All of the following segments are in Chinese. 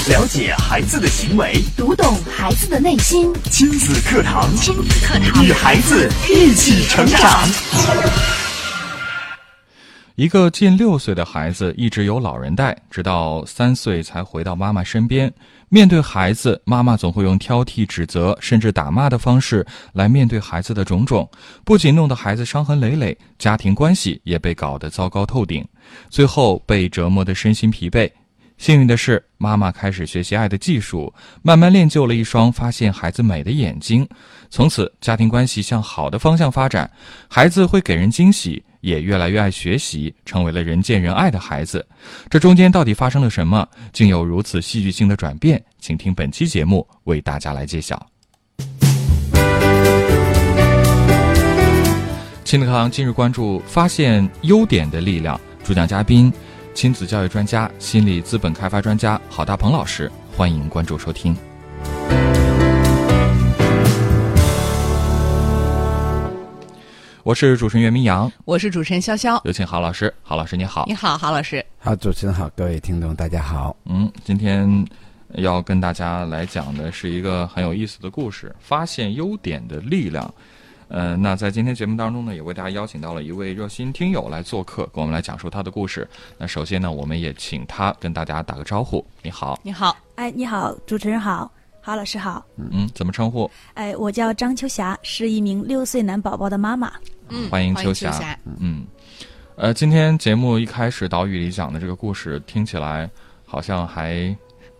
了解孩子的行为， 读懂孩子的内心。 亲子课堂，与孩子一起成长。 一个近6岁的孩子一直由老人带，直到3岁才回到妈妈身边。面对孩子，妈妈总会用挑剔、指责甚至打骂的方式来面对孩子的种种，不仅弄得孩子伤痕累累，家庭关系也被搞得糟糕透顶，最后被折磨得身心疲惫。幸运的是，妈妈开始学习爱的技术，慢慢练就了一双发现孩子美的眼睛。从此，家庭关系向好的方向发展，孩子会给人惊喜，也越来越爱学习，成为了人见人爱的孩子。这中间到底发生了什么，竟有如此戏剧性的转变？请听本期节目为大家来揭晓。亲子课堂今日关注发现优点的力量，主讲嘉宾亲子教育专家、心理资本开发专家郝大鹏老师，欢迎关注收听。我是主持人袁明阳， 我是主持人潇潇， 有请郝老师。郝老师你好。 你好，郝老师。 好，主持人好，各位听众大家好。 今天要跟大家来讲的是一个很有意思的故事，发现优点的力量。那在今天节目当中呢，也为大家邀请到了一位热心听友来做客，给我们来讲述他的故事。那首先呢，我们也请他跟大家打个招呼。你好。 你好。 你好，主持人好，郝老师好。 怎么称呼？ 我叫张秋霞，是一名6岁男宝宝的妈妈。 欢迎秋霞。今天节目一开始导语里讲的这个故事，听起来好像还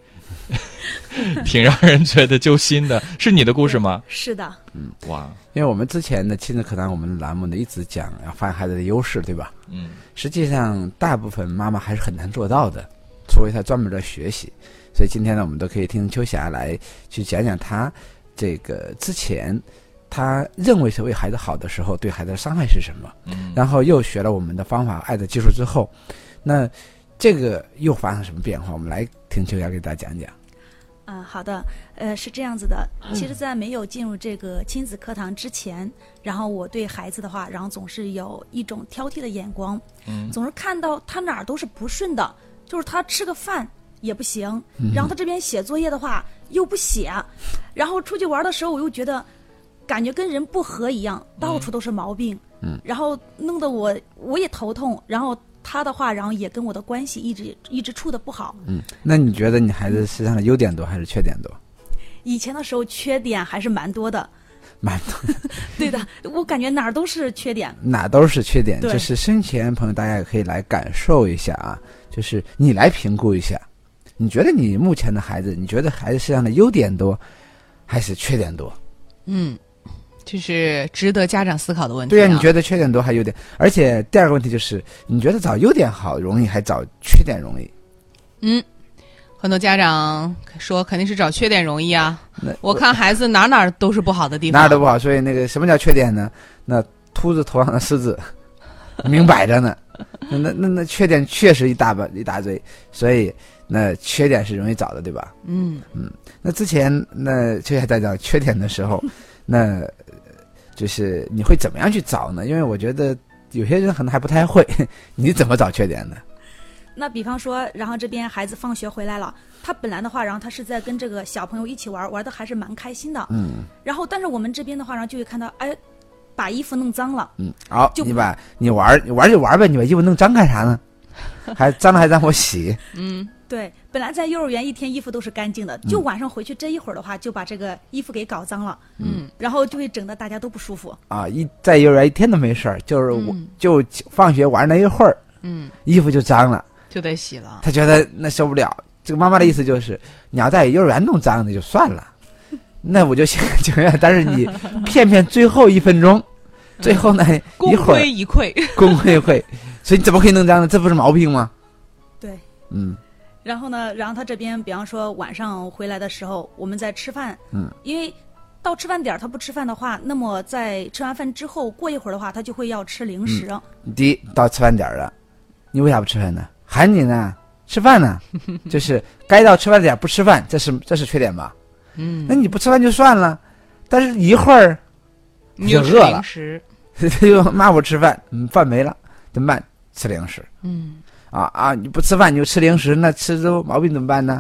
挺让人觉得揪心的。是你的故事吗？ 是的。 哇， 因为我们之前的亲子课堂，我们的栏目呢一直讲要发现孩子的优势，对吧？实际上大部分妈妈还是很难做到的，除非她专门的学习。所以今天呢，我们都可以听秋霞来去讲讲她这个之前他认为是为孩子好的时候，对孩子的伤害是什么？然后又学了我们的方法爱的技术之后，那这个又发生什么变化？我们来听秋霞给大家讲讲。 好的，是这样子的。其实，在没有进入这个亲子课堂之前，然后我对孩子的话，然后总是有一种挑剔的眼光，总是看到他哪儿都是不顺的，就是他吃个饭也不行，然后他这边写作业的话又不写，然后出去玩的时候我又觉得感觉跟人不合一样，到处都是毛病，然后弄得我也头痛，然后他的话，然后也跟我的关系一直处得不好。 那你觉得你孩子身上的优点多还是缺点多？ 以前的时候缺点还是蛮多的。 蛮多。 对的，我感觉哪儿都是缺点。 哪都是缺点。就是身前朋友大家也可以来感受一下啊，就是你来评估一下，你觉得你目前的孩子，你觉得孩子身上的优点多还是缺点多？ 这是值得家长思考的问题。 对啊，你觉得缺点多还优点？而且第二个问题就是，你觉得找优点好容易，还找缺点容易？ 很多家长说肯定是找缺点容易啊。我看孩子哪都是不好的地方， 哪都不好。所以那个什么叫缺点呢？那秃子头上的虱子，明摆着呢。那缺点确实一大堆，所以那缺点是容易找的，对吧？那之前那秋霞在讲缺点的时候，那就是你会怎么样去找呢？因为我觉得有些人可能还不太会，你怎么找缺点呢？ 那比方说，然后这边孩子放学回来了，他本来的话，然后他是在跟这个小朋友一起玩的还是蛮开心的。然后但是我们这边的话，然后就会看到，把衣服弄脏了。 好，你玩就玩呗，你把衣服弄脏干啥呢？还脏了还让我洗。 对，本来在幼儿园一天衣服都是干净的，就晚上回去这一会儿的话，就把这个衣服给搞脏了。然后就会整得大家都不舒服。 在幼儿园一天都没事儿，就放学玩那一会儿，衣服就脏了， 就得洗了。 他觉得那受不了。这个妈妈的意思就是，你要在幼儿园弄脏的就算了，那我就情愿，但是你偏最后1分钟，最后呢功亏一篑， 所以你怎么可以弄脏呢？这不是毛病吗？ 对。然后呢，然后他这边比方说晚上回来的时候，我们在吃饭，因为到吃饭点他不吃饭的话，那么在吃完饭之后过一会儿的话，他就会要吃零食。 第一，到吃饭点了，你为啥不吃饭呢？喊你呢，吃饭呢，就是该到吃饭点不吃饭，这是缺点吧？那你不吃饭就算了，但是一会儿你就饿了， 他就骂我吃饭，饭没了怎么办？吃零食。你不吃饭你就吃零食，那吃出毛病怎么办呢？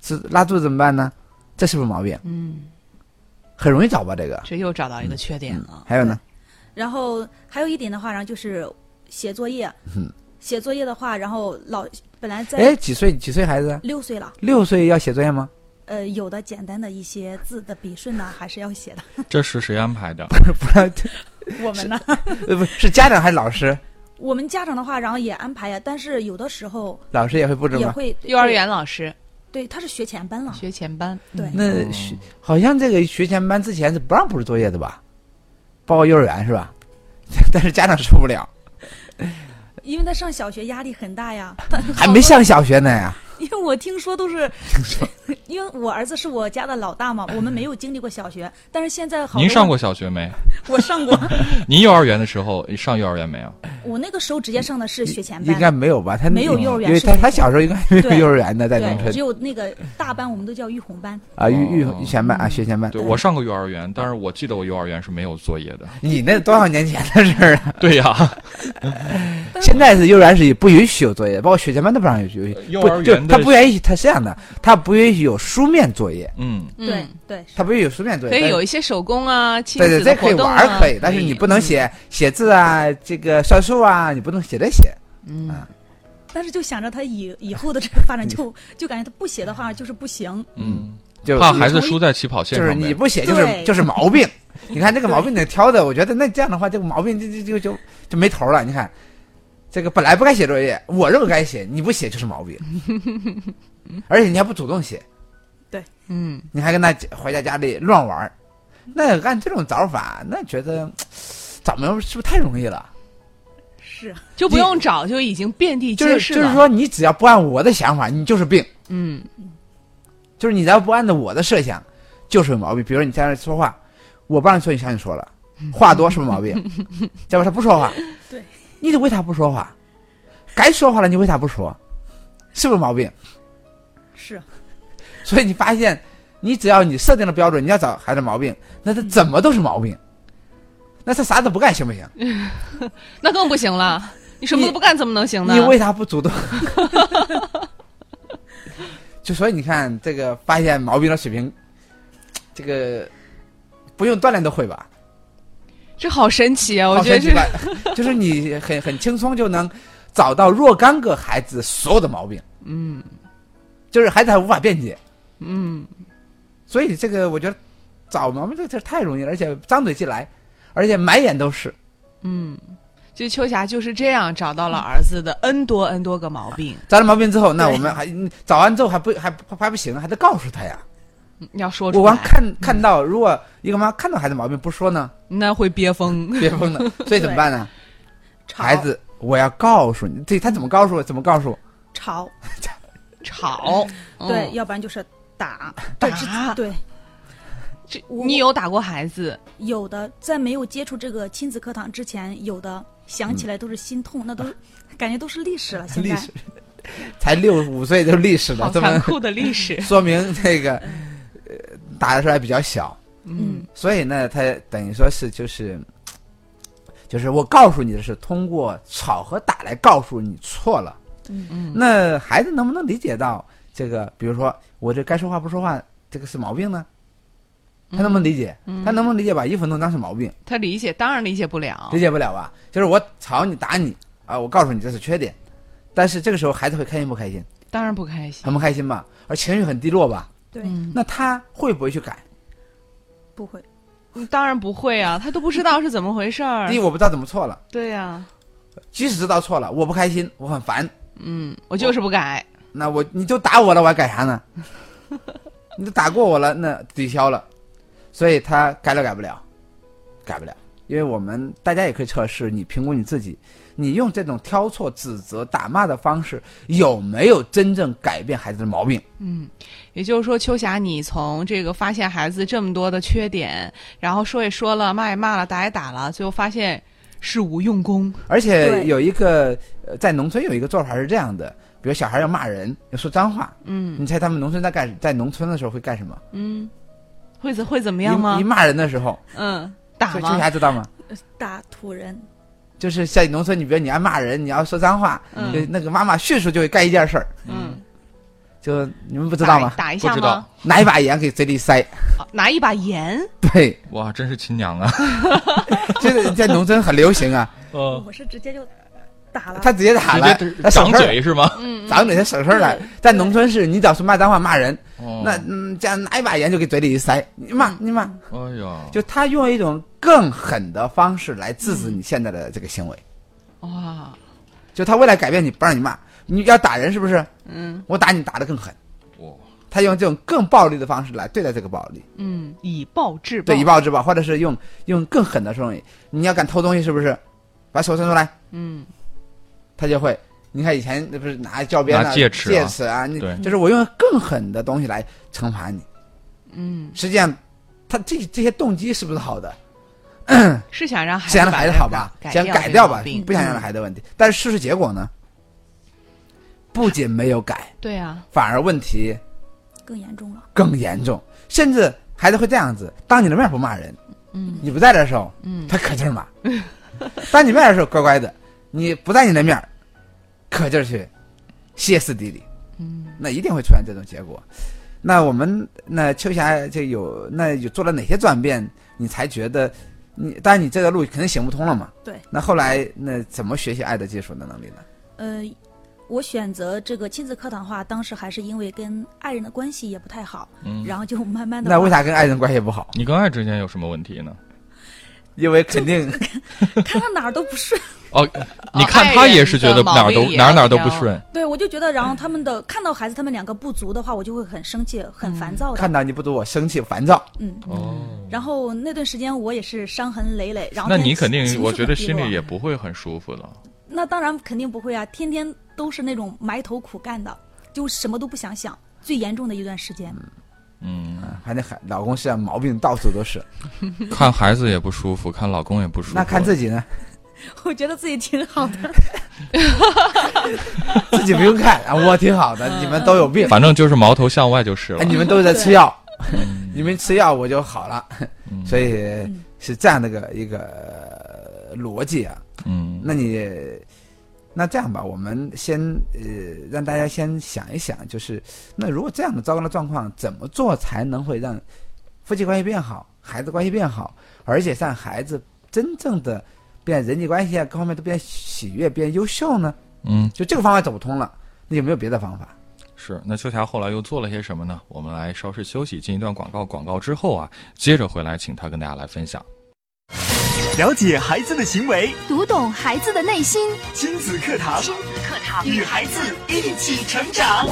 拉肚子怎么办呢？这是不是毛病？很容易找吧这个。 这又找到一个缺点了。 还有呢？ 然后还有一点的话，然后就是写作业。写作业的话，然后本来在几岁孩子 ？6岁了。 6岁要写作业吗？ 有的简单的一些字的笔顺呢，还是要写的。 这是谁安排的？ 不是我们呢？ 不是家长还是老师？ 我们家长的话，然后也安排呀，但是有的时候老师也会布置吗？ 也会。 幼儿园老师， 对，他是学前班了。 学前班， 对。 那好像这个学前班之前是不让布置作业的吧？包括幼儿园是吧？但是家长受不了， 因为他上小学压力很大呀。 还没上小学呢呀。 因为我听说都是，因为我儿子是我家的老大嘛，我们没有经历过小学，但是现在好。 您上过小学没？ 我上过。 您幼儿园的时候上幼儿园没有？ 我那个时候直接上的是学前班。 应该没有吧？他没有幼儿园， 因为他小时候应该没有幼儿园的，在农村。 只有那个大班，我们都叫育红班。 啊，育前班啊，学前班。 对，我上过幼儿园，但是我记得我幼儿园是没有作业的。 你那多少年前的事儿啊？ 对呀。 现在是幼儿园是不允许有作业，包括学前班都不让有作业。 幼儿园他不允许，他是这样的，他不允许有书面作业。 对， 他不允许有书面作业。 可以有一些手工啊，亲子的活动啊， 这可以玩可以，但是你不能写字啊，这个算数啊，你不能写着写。 但是就想着他以后的这个发展，就感觉他不写的话就是不行。 就怕孩子输在起跑线上。 就是你不写就是毛病。你看这个毛病得挑的，我觉得那这样的话，这个毛病就没头了。你看，这个本来不该写作业，我认为该写，你不写就是毛病。而且你还不主动写， 对， 你还跟他回家里乱玩，那按这种找法，那觉得找没有是不是太容易了？ 是， 就不用找，就已经遍地皆是了。 就是说，你只要不按我的想法，你就是病。就是你只要不按照我的设想，就是有毛病。比如你在那说话，我不让你说，你想你说了，话多是不是毛病？结果他不说话， 对， 你得为他不说话，该说话了你为他不说，是不是毛病？ 是。 所以你发现，你只要你设定了标准，你要找孩子毛病，那他怎么都是毛病。那他啥都不干行不行？ 那更不行了。你什么都不干怎么能行呢？ 你为啥不主动？就所以你看，这个发现毛病的水平，这个不用锻炼都会吧？ 这好神奇啊！我觉得这就是你很轻松就能找到若干个孩子所有的毛病。就是孩子还无法辩解。所以这个我觉得找毛病这太容易了，而且张嘴即来，而且满眼都是。 就秋霞就是这样找到了儿子的 N 多个毛病。 找了毛病之后，那我们还找完之后还不行，还得告诉他呀。 要说出来。 我光看到，如果一个妈看到孩子毛病不说呢， 那会憋疯的。所以怎么办呢？孩子，我要告诉你，他怎么告诉？ 吵。对，要不然就是打。对。 你有打过孩子？ 有的，在没有接触这个亲子课堂之前，有的想起来都是心痛，那都感觉都是历史了。现在历史才5岁就历史了， 好残酷的历史， 说明这个打的时候还比较小。所以呢，他等于说是就是我告诉你的是通过吵和打来告诉你错了。那孩子能不能理解到这个？比如说我这该说话不说话，这个是毛病呢？他能不能理解？他能不能理解把衣服弄脏是毛病？ 他理解，当然理解不了。 理解不了吧？就是我吵你打你啊，我告诉你这是缺点，但是这个时候孩子会开心不开心？ 当然不开心， 很不开心吧？而情绪很低落吧？ 对。 那他会不会去改？ 不会。 当然不会啊，他都不知道是怎么回事儿。 第一，我不知道怎么错了。 对呀。 即使知道错了，我不开心，我很烦。 我就是不改。 那你就打我了，我还改啥呢？你都打过我了，那抵消了。所以他改不了，因为我们大家也可以测试，你评估你自己，你用这种挑错、指责、打骂的方式，有没有真正改变孩子的毛病？ 也就是说，秋霞，你从这个发现孩子这么多的缺点，然后说也说了，骂也骂了，打也打了，最后发现是无用功。 而且有一个在农村有一个做法是这样的，比如小孩要骂人，要说脏话，你猜他们农村在农村的时候会干什么？ 会怎么样吗？ 一骂人的时候， 打吗？ 秋霞知道吗？ 打土人。 就是在农村，你比如你爱骂人，你要说脏话，那个妈妈迅速就会干一件事儿。 就你们不知道吗？ 打一下不知道吗？ 拿一把盐给嘴里塞， 拿一把盐， 对， 哇，真是亲娘啊！ 这个在农村很流行啊。 我是直接就打了。 他直接打了，他省长事儿嘴是吗？ 长嘴他省事儿了。在农村是你只要是骂脏话骂人， 哦那这样拿一把盐就给嘴里一塞，你骂你骂， 哎呀， 就他用一种更狠的方式来制止你现在的这个行为。 哇， 就他为了改变你不让你骂，你要打人是不是？我打你打得更狠。 哇， 他用这种更暴力的方式来对待这个暴力， 以暴制暴， 对，以暴制暴，或者是用更狠的手艺。你要敢偷东西是不是？把手伸出来，他就会。你看以前那不是拿教鞭拿戒尺啊，你对就是我用更狠的东西来惩罚你。实际上，他这些动机是不是好的？ 是想让孩子想让孩子好吧，想改掉吧， 这个毛病不想让孩子问题。但是事实结果呢，不仅没有改， 对啊， 反而问题更严重了。 更严重，甚至孩子会这样子：当你的面不骂人，你不在的时候，他可劲儿骂；当你面的时候乖乖的，你不在你的面，可劲儿去歇斯底里。那一定会出现这种结果。那我们那秋霞就有做了哪些转变？你才觉得当然你这个路肯定行不通了嘛？ 对。 那后来怎么学习爱的技术的能力呢？ 我选择这个亲子课堂的话，当时还是因为跟爱人的关系也不太好，然后就慢慢的。 那为啥跟爱人关系不好？ 你跟爱之间有什么问题呢？ 因为肯定看到哪儿都不顺。 哦，你看他也是觉得哪儿都不顺。 对，我就觉得，然后看到孩子他们两个不足的话，我就会很生气、很烦躁的。 看到你不足，我生气、烦躁。 然后那段时间我也是伤痕累累，然后那你肯定，我觉得心里也不会很舒服了。 那当然肯定不会啊，天天都是那种埋头苦干的，就什么都不想想。最严重的一段时间。 反正老公是毛病到处都是。 看孩子也不舒服，看老公也不舒服。 那看自己呢？ 我觉得自己挺好的。 自己不用看，我挺好的，你们都有病。 反正就是矛头向外就是了。 你们都在吃药，你们吃药我就好了。所以是这样的一个逻辑啊。那这样吧，我们先让大家先想一想，就是那如果这样的糟糕的状况，怎么做才能会让夫妻关系变好，孩子关系变好，而且让孩子真正的变人际关系啊各方面都变喜悦、变优秀呢？就这个方法走不通了，那有没有别的方法？ 是，那秋霞后来又做了些什么呢？我们来稍事休息，进一段广告之后啊，接着回来请他跟大家来分享。 了解孩子的行为， 读懂孩子的内心。 亲子课堂，与孩子一起成长。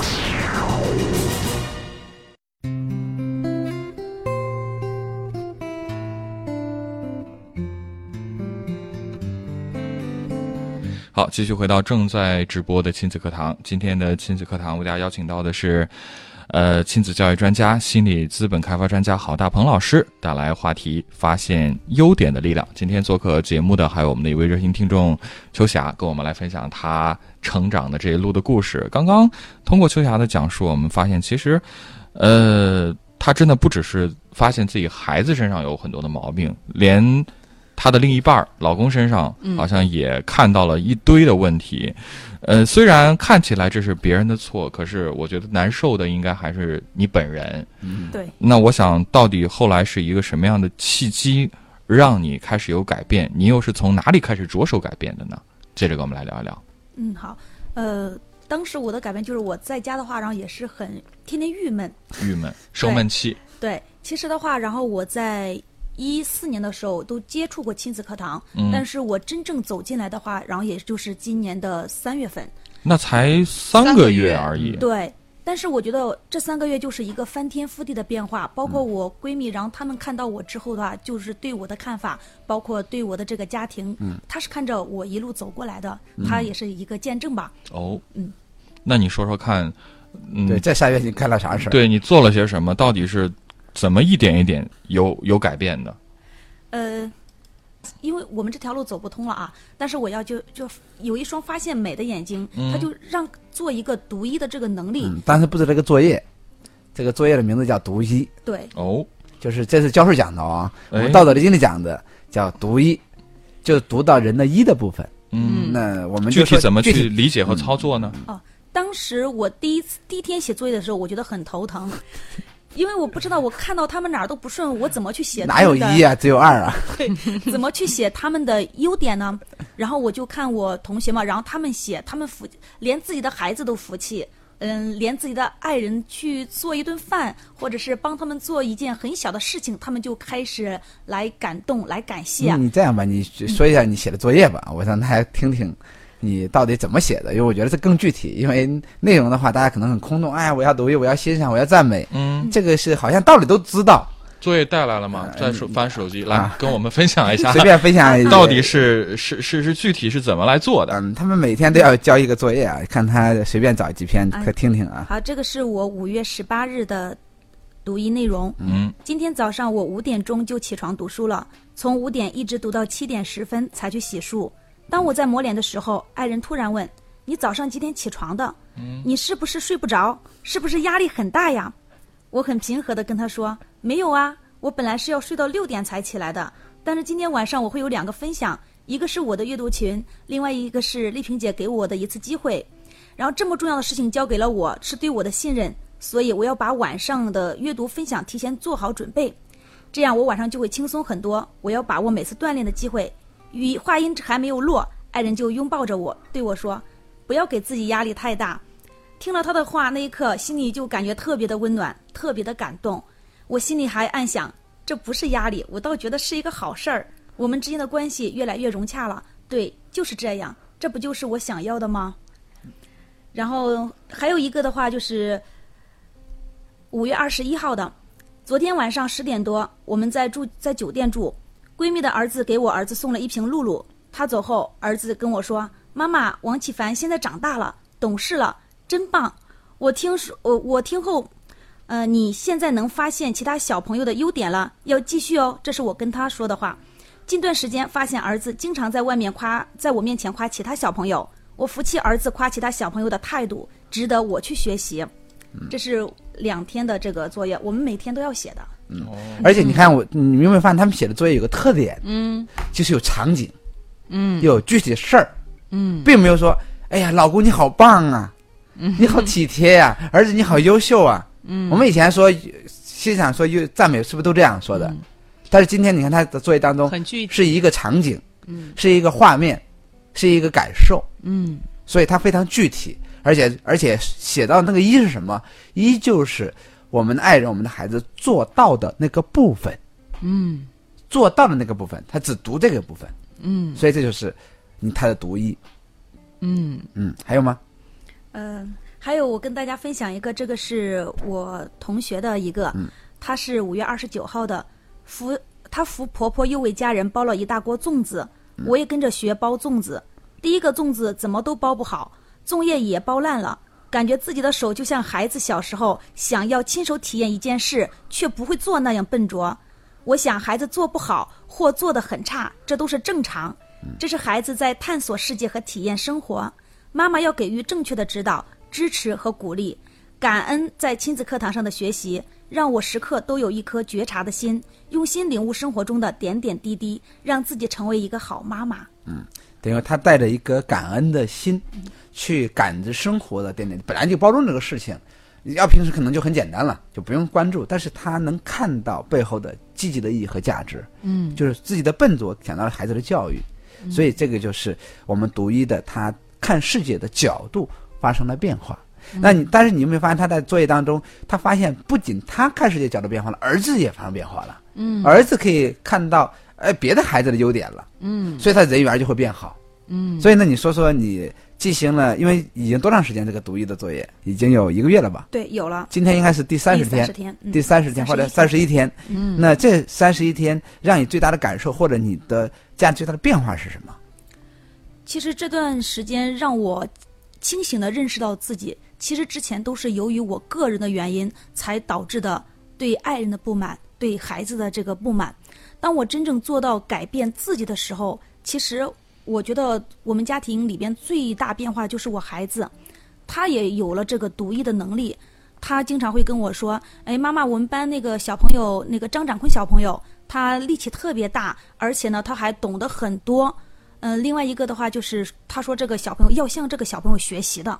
好，继续回到正在直播的亲子课堂。今天的亲子课堂为大家邀请到的是亲子教育专家、心理资本开发专家郝大鹏老师，带来话题发现优点的力量。今天做客节目的还有我们的一位热心听众秋霞，跟我们来分享她成长的这一路的故事。刚刚通过秋霞的讲述，我们发现其实她真的不只是发现自己孩子身上有很多的毛病，连她的另一半老公身上好像也看到了一堆的问题。虽然看起来这是别人的错，可是我觉得难受的应该还是你本人。 对。那我想到底后来是一个什么样的契机让你开始有改变？你又是从哪里开始着手改变的呢？接着跟我们来聊一聊。 好。当时我的改变就是我在家的话，然后也是很天天郁闷， 生闷气。 对，其实的话，然后我在2014年的时候都接触过亲子课堂，但是我真正走进来的话，然后也就是今年的3月份， 那才3个月而已。 对，但是我觉得这3个月就是一个翻天覆地的变化，包括我闺蜜，然后她们看到我之后的话，就是对我的看法，包括对我的这个家庭，她是看着我一路走过来的，她也是一个见证吧。 那你说说看， 对，这3月你干了啥事？ 对，你做了些什么？到底是怎么一点一点有改变的？ 因为我们这条路走不通了啊，但是我要就有一双发现美的眼睛，他就让做一个读一的这个能力。 当时布置了个作业，这个作业的名字叫读一。 对。 就是这是教授讲的啊，我们道德的经里讲的叫读一，就读到人的一的部分。那我们具体怎么去理解和操作呢？ 当时我第一天写作业的时候，我觉得很头疼，因为我不知道我看到他们哪儿都不顺，我怎么去写？ 哪有1啊，只有2啊？ 对，怎么去写他们的优点呢？然后我就看我同学嘛，然后他们写，他们连自己的孩子都服气，连自己的爱人去做一顿饭，或者是帮他们做一件很小的事情，他们就开始来感动，来感谢。 你这样吧，你说一下你写的作业吧，我让大家听听。你到底怎么写的？因为我觉得这更具体，因为内容的话，大家可能很空洞。哎，我要读，我要欣赏，我要赞美。这个是好像道理都知道。 作业带来了吗？在翻手机来跟我们分享一下， 随便分享一下， 到底是具体是怎么来做的？ 他们每天都要交一个作业啊，看他随便找几篇可听听啊。 好，这个是我5月18日的读音内容。今天早上我5点钟就起床读书了，从5点一直读到7点10分才去洗漱。当我在抹脸的时候，爱人突然问：“你早上几点起床的？你是不是睡不着？是不是压力很大呀？”我很平和地跟他说：“没有啊，我本来是要睡到6点才起来的，但是今天晚上我会有2个分享，一个是我的阅读群，另外一个是丽萍姐给我的一次机会。然后这么重要的事情交给了我，是对我的信任，所以我要把晚上的阅读分享提前做好准备，这样我晚上就会轻松很多。我要把握每次锻炼的机会。”话音还没有落，爱人就拥抱着我，对我说：“不要给自己压力太大。”听了他的话，那一刻心里就感觉特别的温暖，特别的感动。我心里还暗想，这不是压力，我倒觉得是一个好事儿。我们之间的关系越来越融洽了。对，就是这样，这不就是我想要的吗？然后还有一个的话就是5月21号的，昨天晚上10点多，我们在酒店住。闺蜜的儿子给我儿子送了一瓶露露，他走后，儿子跟我说：“妈妈，王启凡现在长大了，懂事了，真棒。”我听后，你现在能发现其他小朋友的优点了，要继续哦。这是我跟他说的话。近段时间发现儿子经常在我面前夸其他小朋友，我服气儿子夸其他小朋友的态度，值得我去学习。这是2天的这个作业，我们每天都要写的。 而且你看你有没有发现他们写的作业有个特点，就是有场景，有具体的事儿，并没有说，哎呀，老公你好棒啊，你好体贴呀，儿子你好优秀啊。我们以前说欣赏说赞美是不是都这样说的？但是今天你看他的作业当中，是一个场景，是一个画面，是一个感受，所以它非常具体，而且写到那个一是什么？一就是我们的爱人，我们的孩子做到的那个部分，做到的那个部分，他只读这个部分，所以这就是他的读意，还有吗？ 还有我跟大家分享一个，这个是我同学的一个，他是5月29号的，他扶婆婆又为家人包了一大锅粽子，我也跟着学包粽子，第一个粽子怎么都包不好，粽叶也包烂了。感觉自己的手就像孩子小时候想要亲手体验一件事却不会做那样笨拙。我想孩子做不好或做得很差，这都是正常，这是孩子在探索世界和体验生活。妈妈要给予正确的指导、支持和鼓励。感恩在亲子课堂上的学习，让我时刻都有一颗觉察的心，用心领悟生活中的点点滴滴，让自己成为一个好妈妈。 等于他带着一个感恩的心，去感知生活的点点，本来就包容这个事情，要平时可能就很简单了，就不用关注，但是他能看到背后的积极的意义和价值，就是自己的笨拙想到了孩子的教育，所以这个就是我们读一的他看世界的角度发生了变化。但是你有没有发现他在作业当中，他发现不仅他看世界角度变化了，儿子也发生变化了，儿子可以看到别的孩子的优点了，所以他人缘就会变好，所以呢，你说说你进行了，因为已经多长时间这个读一的作业？已经有1个月了吧？ 对，有了。 今天应该是第30天，第30天或者31天。那这31天让你最大的感受或者你的家最大的变化是什么？ 其实这段时间让我清醒地认识到自己，其实之前都是由于我个人的原因才导致的对爱人的不满，对孩子的这个不满。当我真正做到改变自己的时候，其实我觉得我们家庭里边最大变化的就是我孩子，他也有了这个读一的能力。他经常会跟我说，哎，妈妈，我们班那个小朋友，那个张展坤小朋友，他力气特别大，而且呢他还懂得很多。另外一个的话就是他说这个小朋友要向这个小朋友学习的。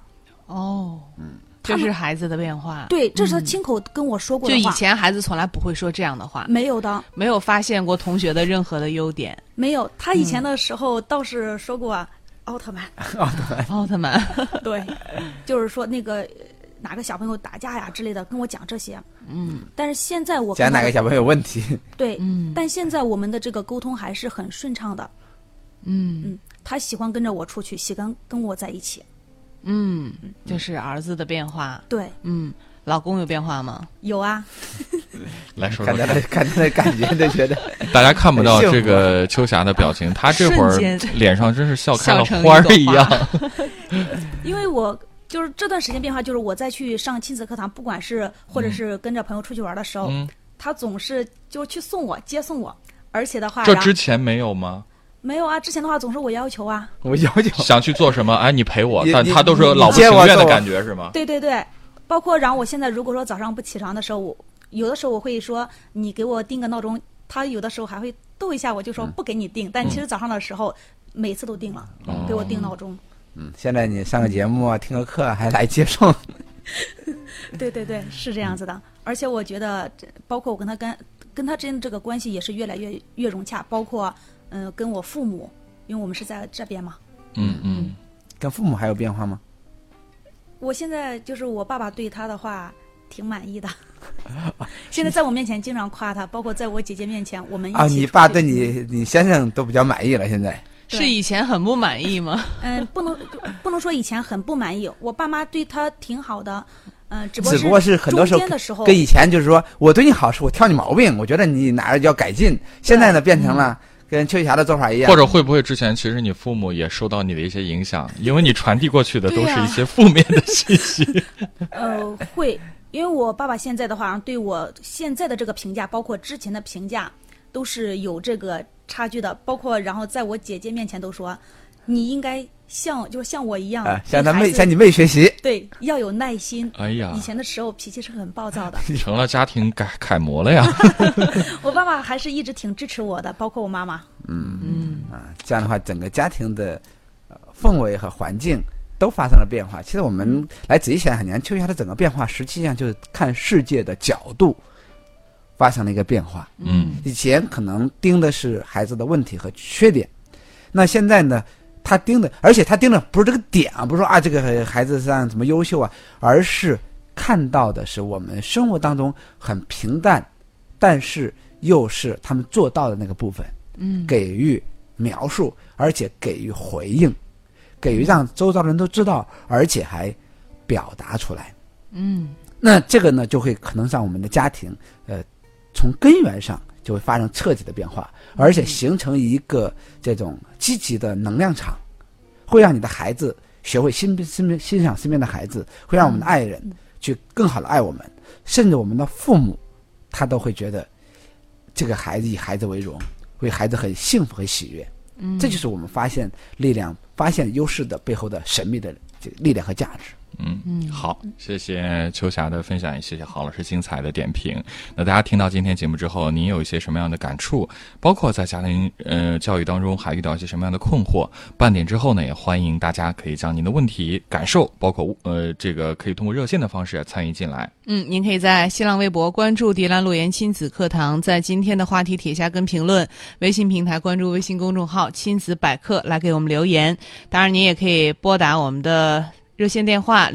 哦，这是孩子的变化。 对，这是他亲口跟我说过的话。 就以前孩子从来不会说这样的话， 没有的， 没有发现过同学的任何的优点。 没有。他以前的时候倒是说过奥特曼， 奥特曼， 对，就是说那个哪个小朋友打架呀之类的，跟我讲这些。但是现在我讲哪个小朋友有问题？ 对，但现在我们的这个沟通还是很顺畅的。他喜欢跟着我出去，喜欢跟我在一起。 这是儿子的变化。 对， 老公有变化吗？ 有啊。 来说说看他的感觉就觉得， 大家看不到这个秋霞的表情，她这会儿瞬间脸上真是笑开了笑成花儿一朵一样。 因为我就是这段时间变化，就是我再去上亲子课堂，不管是或者是跟着朋友出去玩的时候，他总是就去送我、接送我，而且的话， 这之前没有吗？ 没有啊，之前的话总是我要求啊。 我要求想去做什么？哎，你陪我， 你但他都是老不情愿的感觉，是吗？ 对对对，包括然后我现在如果说早上不起床的时候，我有的时候我会说你给我定个闹钟，他有的时候还会逗一下我，就说不给你定，但其实早上的时候每次都定了，给我定闹钟。 现在你上个节目啊，听个课还来接送。 对对对，是这样子的。而且我觉得，包括我跟他之间的这个关系也是越来越融洽，包括跟我父母，因为我们是在这边嘛。 跟父母还有变化吗？ 我现在就是我爸爸对他的话挺满意的，现在在我面前经常夸他，包括在我姐姐面前，我们一起你爸对你先生都比较满意了，现在。 是以前很不满意吗？ 不能说以前很不满意，我爸妈对他挺好的，只不过是很多时候跟以前就是说我对你好是我挑你毛病，我觉得你哪儿要改进。现在呢变成了跟秋霞的做法一样。 或者会不会之前其实你父母也受到你的一些影响，因为你传递过去的都是一些负面的信息。 会，因为我爸爸现在的话对我现在的这个评价，包括之前的评价，都是有这个差距的，包括然后在我姐姐面前都说，你应该像我一样， 向你妹学习， 对，要有耐心。 哎呀， 以前的时候脾气是很暴躁的， 成了家庭楷模了呀。 我爸爸还是一直挺支持我的，包括我妈妈。 这样的话，整个家庭的氛围和环境都发生了变化。其实我们来仔细想想，你看秋霞的整个变化，实际上就是看世界的角度发生了一个变化。以前可能盯的是孩子的问题和缺点，那现在呢，而且他盯的不是这个点啊，不是说这个孩子上怎么优秀啊，而是看到的是我们生活当中很平淡，但是又是他们做到的那个部分。给予描述，而且给予回应，给予让周遭的人都知道，而且还表达出来。那这个呢，就会可能让我们的家庭，从根源上就会发生彻底的变化，而且形成一个这种积极的能量场，会让你的孩子学会欣赏身边的孩子，会让我们的爱人去更好的爱我们，甚至我们的父母，他都会觉得这个孩子以孩子为荣，为孩子很幸福和喜悦。这就是我们发现力量、发现优势的背后的神秘的这个力量和价值。 好，谢谢秋霞的分享，也谢谢郝老师精彩的点评。那大家听到今天节目之后，您有一些什么样的感触？包括在家庭教育当中还遇到一些什么样的困惑？半点之后呢，也欢迎大家可以将您的问题、感受，包括这个可以通过热线的方式参与进来。 您可以在新浪微博关注迪兰路言亲子课堂，在今天的话题帖下跟评论，微信平台关注微信公众号亲子百科来给我们留言。当然您也可以拨打我们的热线电话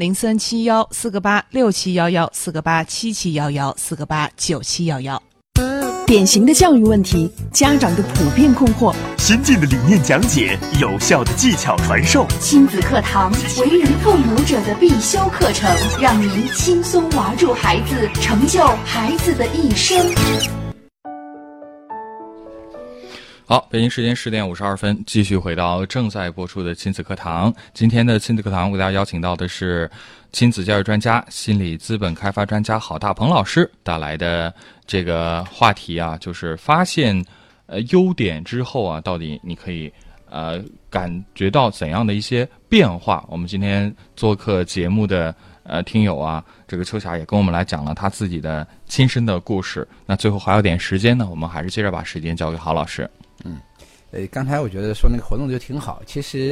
0371-486-711-488-7711-488-9711。 典型的教育问题，家长的普遍困惑， 先进的理念讲解，有效的技巧传授， 亲子课堂为人父母者的必修课程，让您轻松娃住孩子，成就孩子的一生。 好，北京时间10点52分，继续回到正在播出的亲子课堂。今天的亲子课堂为大家邀请到的是亲子教育专家、心理资本开发专家郝大鹏老师带来的这个话题啊，就是发现优点之后啊，到底你可以感觉到怎样的一些变化？我们今天做客节目的听友啊，这个秋霞也跟我们来讲了他自己的亲身的故事。那最后还有点时间呢，我们还是接着把时间交给郝老师。 刚才我觉得说那个活动就挺好。其实，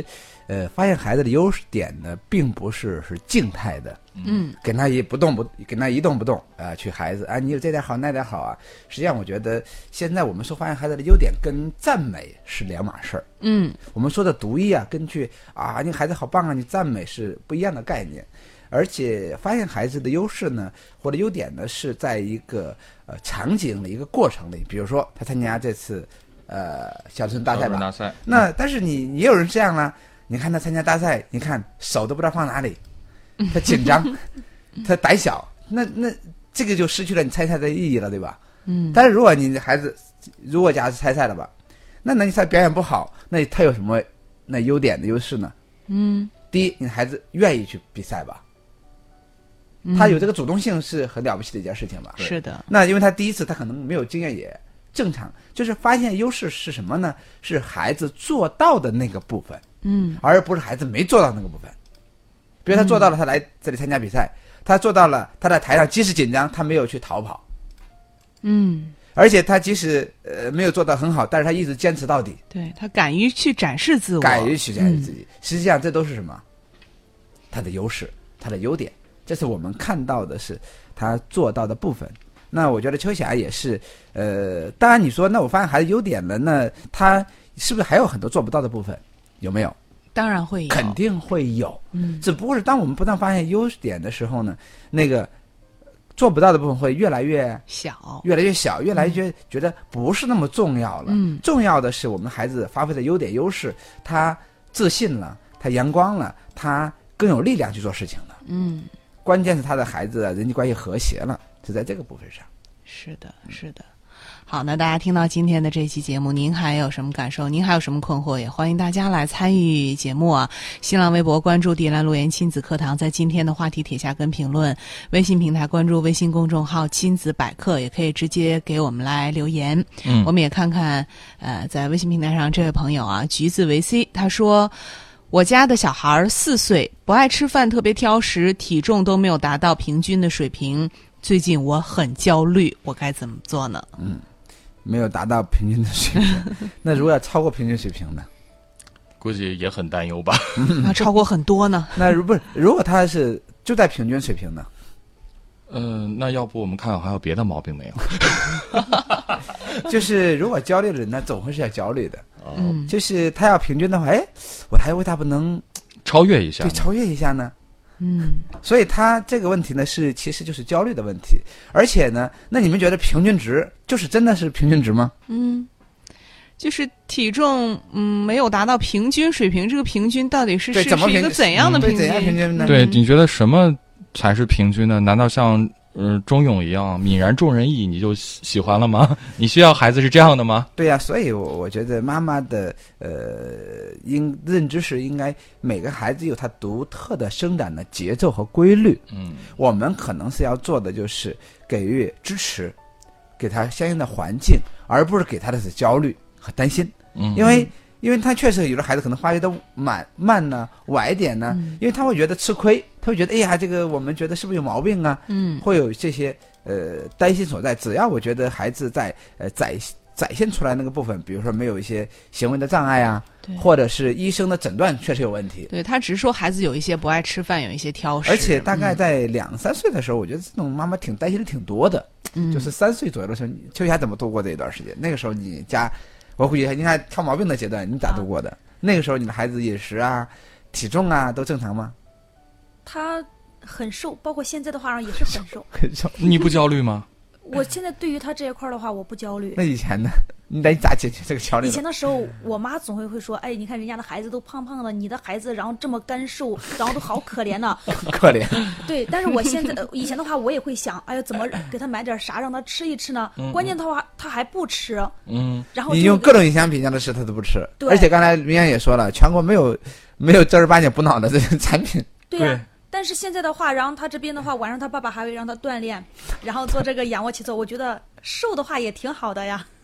发现孩子的优点呢，并不是静态的，给他一动不动去孩子你有这点好那点好啊。实际上，我觉得现在我们说发现孩子的优点跟赞美是两码事儿。我们说的独一啊，根据你孩子好棒啊，你赞美是不一样的概念。而且发现孩子的优势呢，或者优点呢，是在一个场景的一个过程里，比如说他参加这次小春大赛吧，那但是你也有人这样了，你看他参加大赛，你看手都不知道放哪里，他紧张，他胆小，那这个就失去了你参赛的意义了，对吧？但是如果你的孩子假如参赛了吧，那你他表现不好，那他有什么那优点的优势呢？第一，你的孩子愿意去比赛吧。他有这个主动性是很了不起的一件事情吧？ 是的。 那因为他第一次，他可能没有经验也正常。就是发现优势是什么呢？是孩子做到的那个部分，而不是孩子没做到那个部分。比如他做到了，他来这里参加比赛，他做到了，他在台上即使紧张，他没有去逃跑，而且他即使没有做到很好，但是他一直坚持到底。 对，他敢于去展示自我， 敢于去展示自己。实际上，这都是什么？他的优势，他的优点。这是我们看到的是他做到的部分。那我觉得秋霞也是，当然你说那我发现孩子优点了，那他是不是还有很多做不到的部分？有没有？ 当然会有， 肯定会有。只不过是当我们不断发现优点的时候呢，那个做不到的部分会越来越小，越来越觉得不是那么重要了。重要的是我们孩子发挥的优点优势，他自信了，他阳光了，他更有力量去做事情了。关键是他的孩子人际关系和谐了，就在这个部分上。 是的，是的。好，那大家听到今天的这期节目，您还有什么感受？您还有什么困惑？也欢迎大家来参与节目啊！新浪微博关注迪兰路言亲子课堂，在今天的话题帖下跟评论；微信平台关注微信公众号亲子百科，也可以直接给我们来留言。我们也看看在微信平台上这位朋友啊，橘子维 C， 他说，我家的小孩4岁，不爱吃饭，特别挑食，体重都没有达到平均的水平。最近我很焦虑，我该怎么做呢？ 没有达到平均的水平，那如果要超过平均水平呢？ 估计也很担忧吧。 那超过很多呢？ 那如果他是就在平均水平呢？ 那要不我们看看还有别的毛病没有？ 就是如果焦虑的人呢，总会是要焦虑的。就是他要平均的话，我还为他不能超越一下？ 对，超越一下呢？所以他这个问题呢，其实就是焦虑的问题。而且呢，那你们觉得平均值就是真的是平均值吗？ 就是体重没有达到平均水平，这个平均到底是一个怎样的平均？ 怎样平均呢？ 对，你觉得什么才是平均呢？难道像钟勇一样泯然众人矣，你就喜欢了吗？你需要孩子是这样的吗？ 对呀，所以我觉得妈妈的认知是应该每个孩子有他独特的生长的节奏和规律。我们可能是要做的就是给予支持，给他相应的环境，而不是给他的是焦虑和担心。因为他确实有的孩子可能发育的慢呢，晚一点呢，因为他会觉得吃亏，他会觉得哎呀，这个我们觉得是不是有毛病啊？会有这些担心所在。只要我觉得孩子在展现出来那个部分，比如说没有一些行为的障碍啊，或者是医生的诊断确实有问题。 对，他只是说孩子有一些不爱吃饭，有一些挑食。 而且大概在2、3岁的时候，我觉得这种妈妈挺担心的挺多的。就是3岁左右的时候，秋霞怎么度过这一段时间？那个时候你家。我估计你看挑毛病的阶段，你咋度过的？那个时候你的孩子饮食啊、体重啊都正常吗？ 他很瘦，包括现在的话也是很瘦。 很瘦， 你不焦虑吗？ 我现在对于他这一块的话，我不焦虑。 那以前呢？你咋解决这个焦虑？ 以前的时候，我妈总会说：“哎，你看人家的孩子都胖胖的，你的孩子然后这么干瘦，然后都好可怜呢。” 可怜。 对，但是我现在以前的话，我也会想，哎呀，怎么给他买点啥让他吃一吃呢？关键的话，他还不吃。然后你用各种营养品让他吃，他都不吃。 对。 而且刚才明阳也说了，全国没有正儿八经补脑的这些产品。 对呀。但是现在的话，然后他这边的话，晚上他爸爸还会让他锻炼，然后做这个仰卧起坐。我觉得瘦的话也挺好的呀。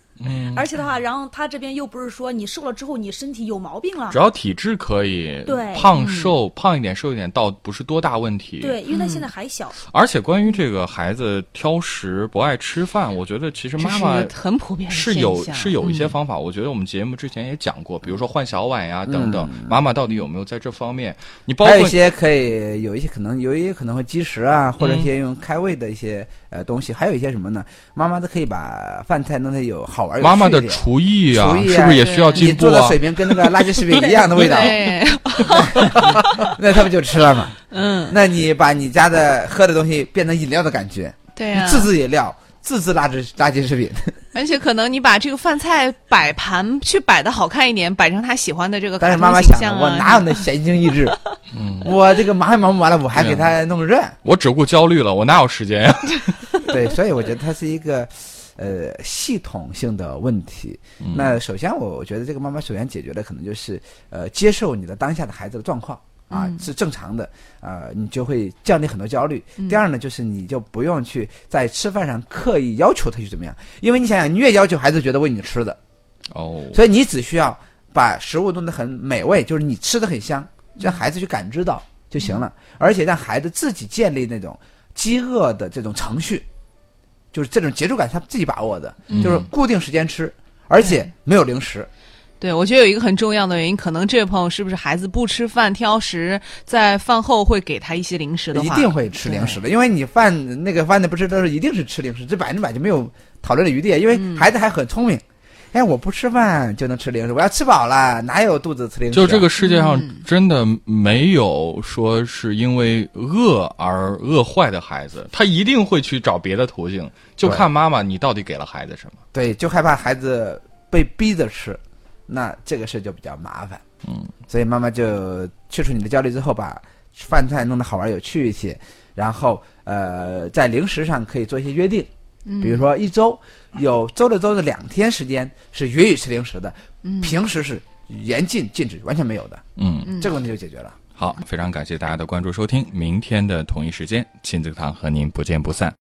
而且的话，然后他这边又不是说你瘦了之后你身体有毛病了只，要体质可以， 对胖胖一点瘦一点倒不是多大问题。 对，因为他现在还小。 而且关于这个孩子挑食不爱吃饭，我觉得其实妈妈这是很普遍的是现象有一些方法。我觉得我们节目之前也讲过，比如说换小碗呀等等，妈妈到底有没有在这方面？你包括还有一些有一些可能会积食啊，或者一些用开胃的一些东西，还有一些什么呢？妈妈都可以把饭菜弄得有好玩有趣一点。 妈妈的厨艺啊，是不是也需要进步你做的啊？ 水平跟那个垃圾食品一样的味道， 对， 那他们就吃了嘛。那你把你家的喝的东西变成饮料的感觉， 对啊， 自制饮料，自制垃圾食品。 而且可能你把这个饭菜摆盘去摆的好看一点，摆成他喜欢的这个卡但是通妈妈想了， 形象啊， 我哪有那闲情逸致？我这个忙也忙不完了，我还给他弄热。 我只顾焦虑了，我哪有时间呀？ 对，所以我觉得它是一个系统性的问题。那首先我觉得这个妈妈首先解决的可能就是接受你的当下的孩子的状况啊，是正常的你就会降低很多焦虑。第二呢，就是你就不用去在吃饭上刻意要求他去怎么样，因为你想想，你越要求孩子觉得喂你吃的，所以你只需要把食物弄得很美味，就是你吃的很香，让孩子去感知到就行了，而且让孩子自己建立那种饥饿的这种程序。就是这种节奏感他自己把握的，就是固定时间吃，而且没有零食。 对，我觉得有一个很重要的原因，可能这位朋友是不是孩子不吃饭挑食，在饭后会给他一些零食的话， 一定会吃零食的，因为你饭的不吃，都是一定是吃零食，这100%就没有讨论的余地，因为孩子还很聪明。哎，我不吃饭就能吃零食，我要吃饱了，哪有肚子吃零食？ 就这个世界上真的没有说是因为饿而饿坏的孩子，他一定会去找别的途径，就看妈妈你到底给了孩子什么。 对，就害怕孩子被逼着吃，那这个事就比较麻烦。所以妈妈就去除你的焦虑之后，把饭菜弄得好玩有趣一些，然后在零食上可以做一些约定。比如说一周有周的2天时间是允许吃零食的，平时是严禁禁止，完全没有的。这个问题就解决了。 好，非常感谢大家的关注收听，明天的同一时间，亲子课堂和您不见不散。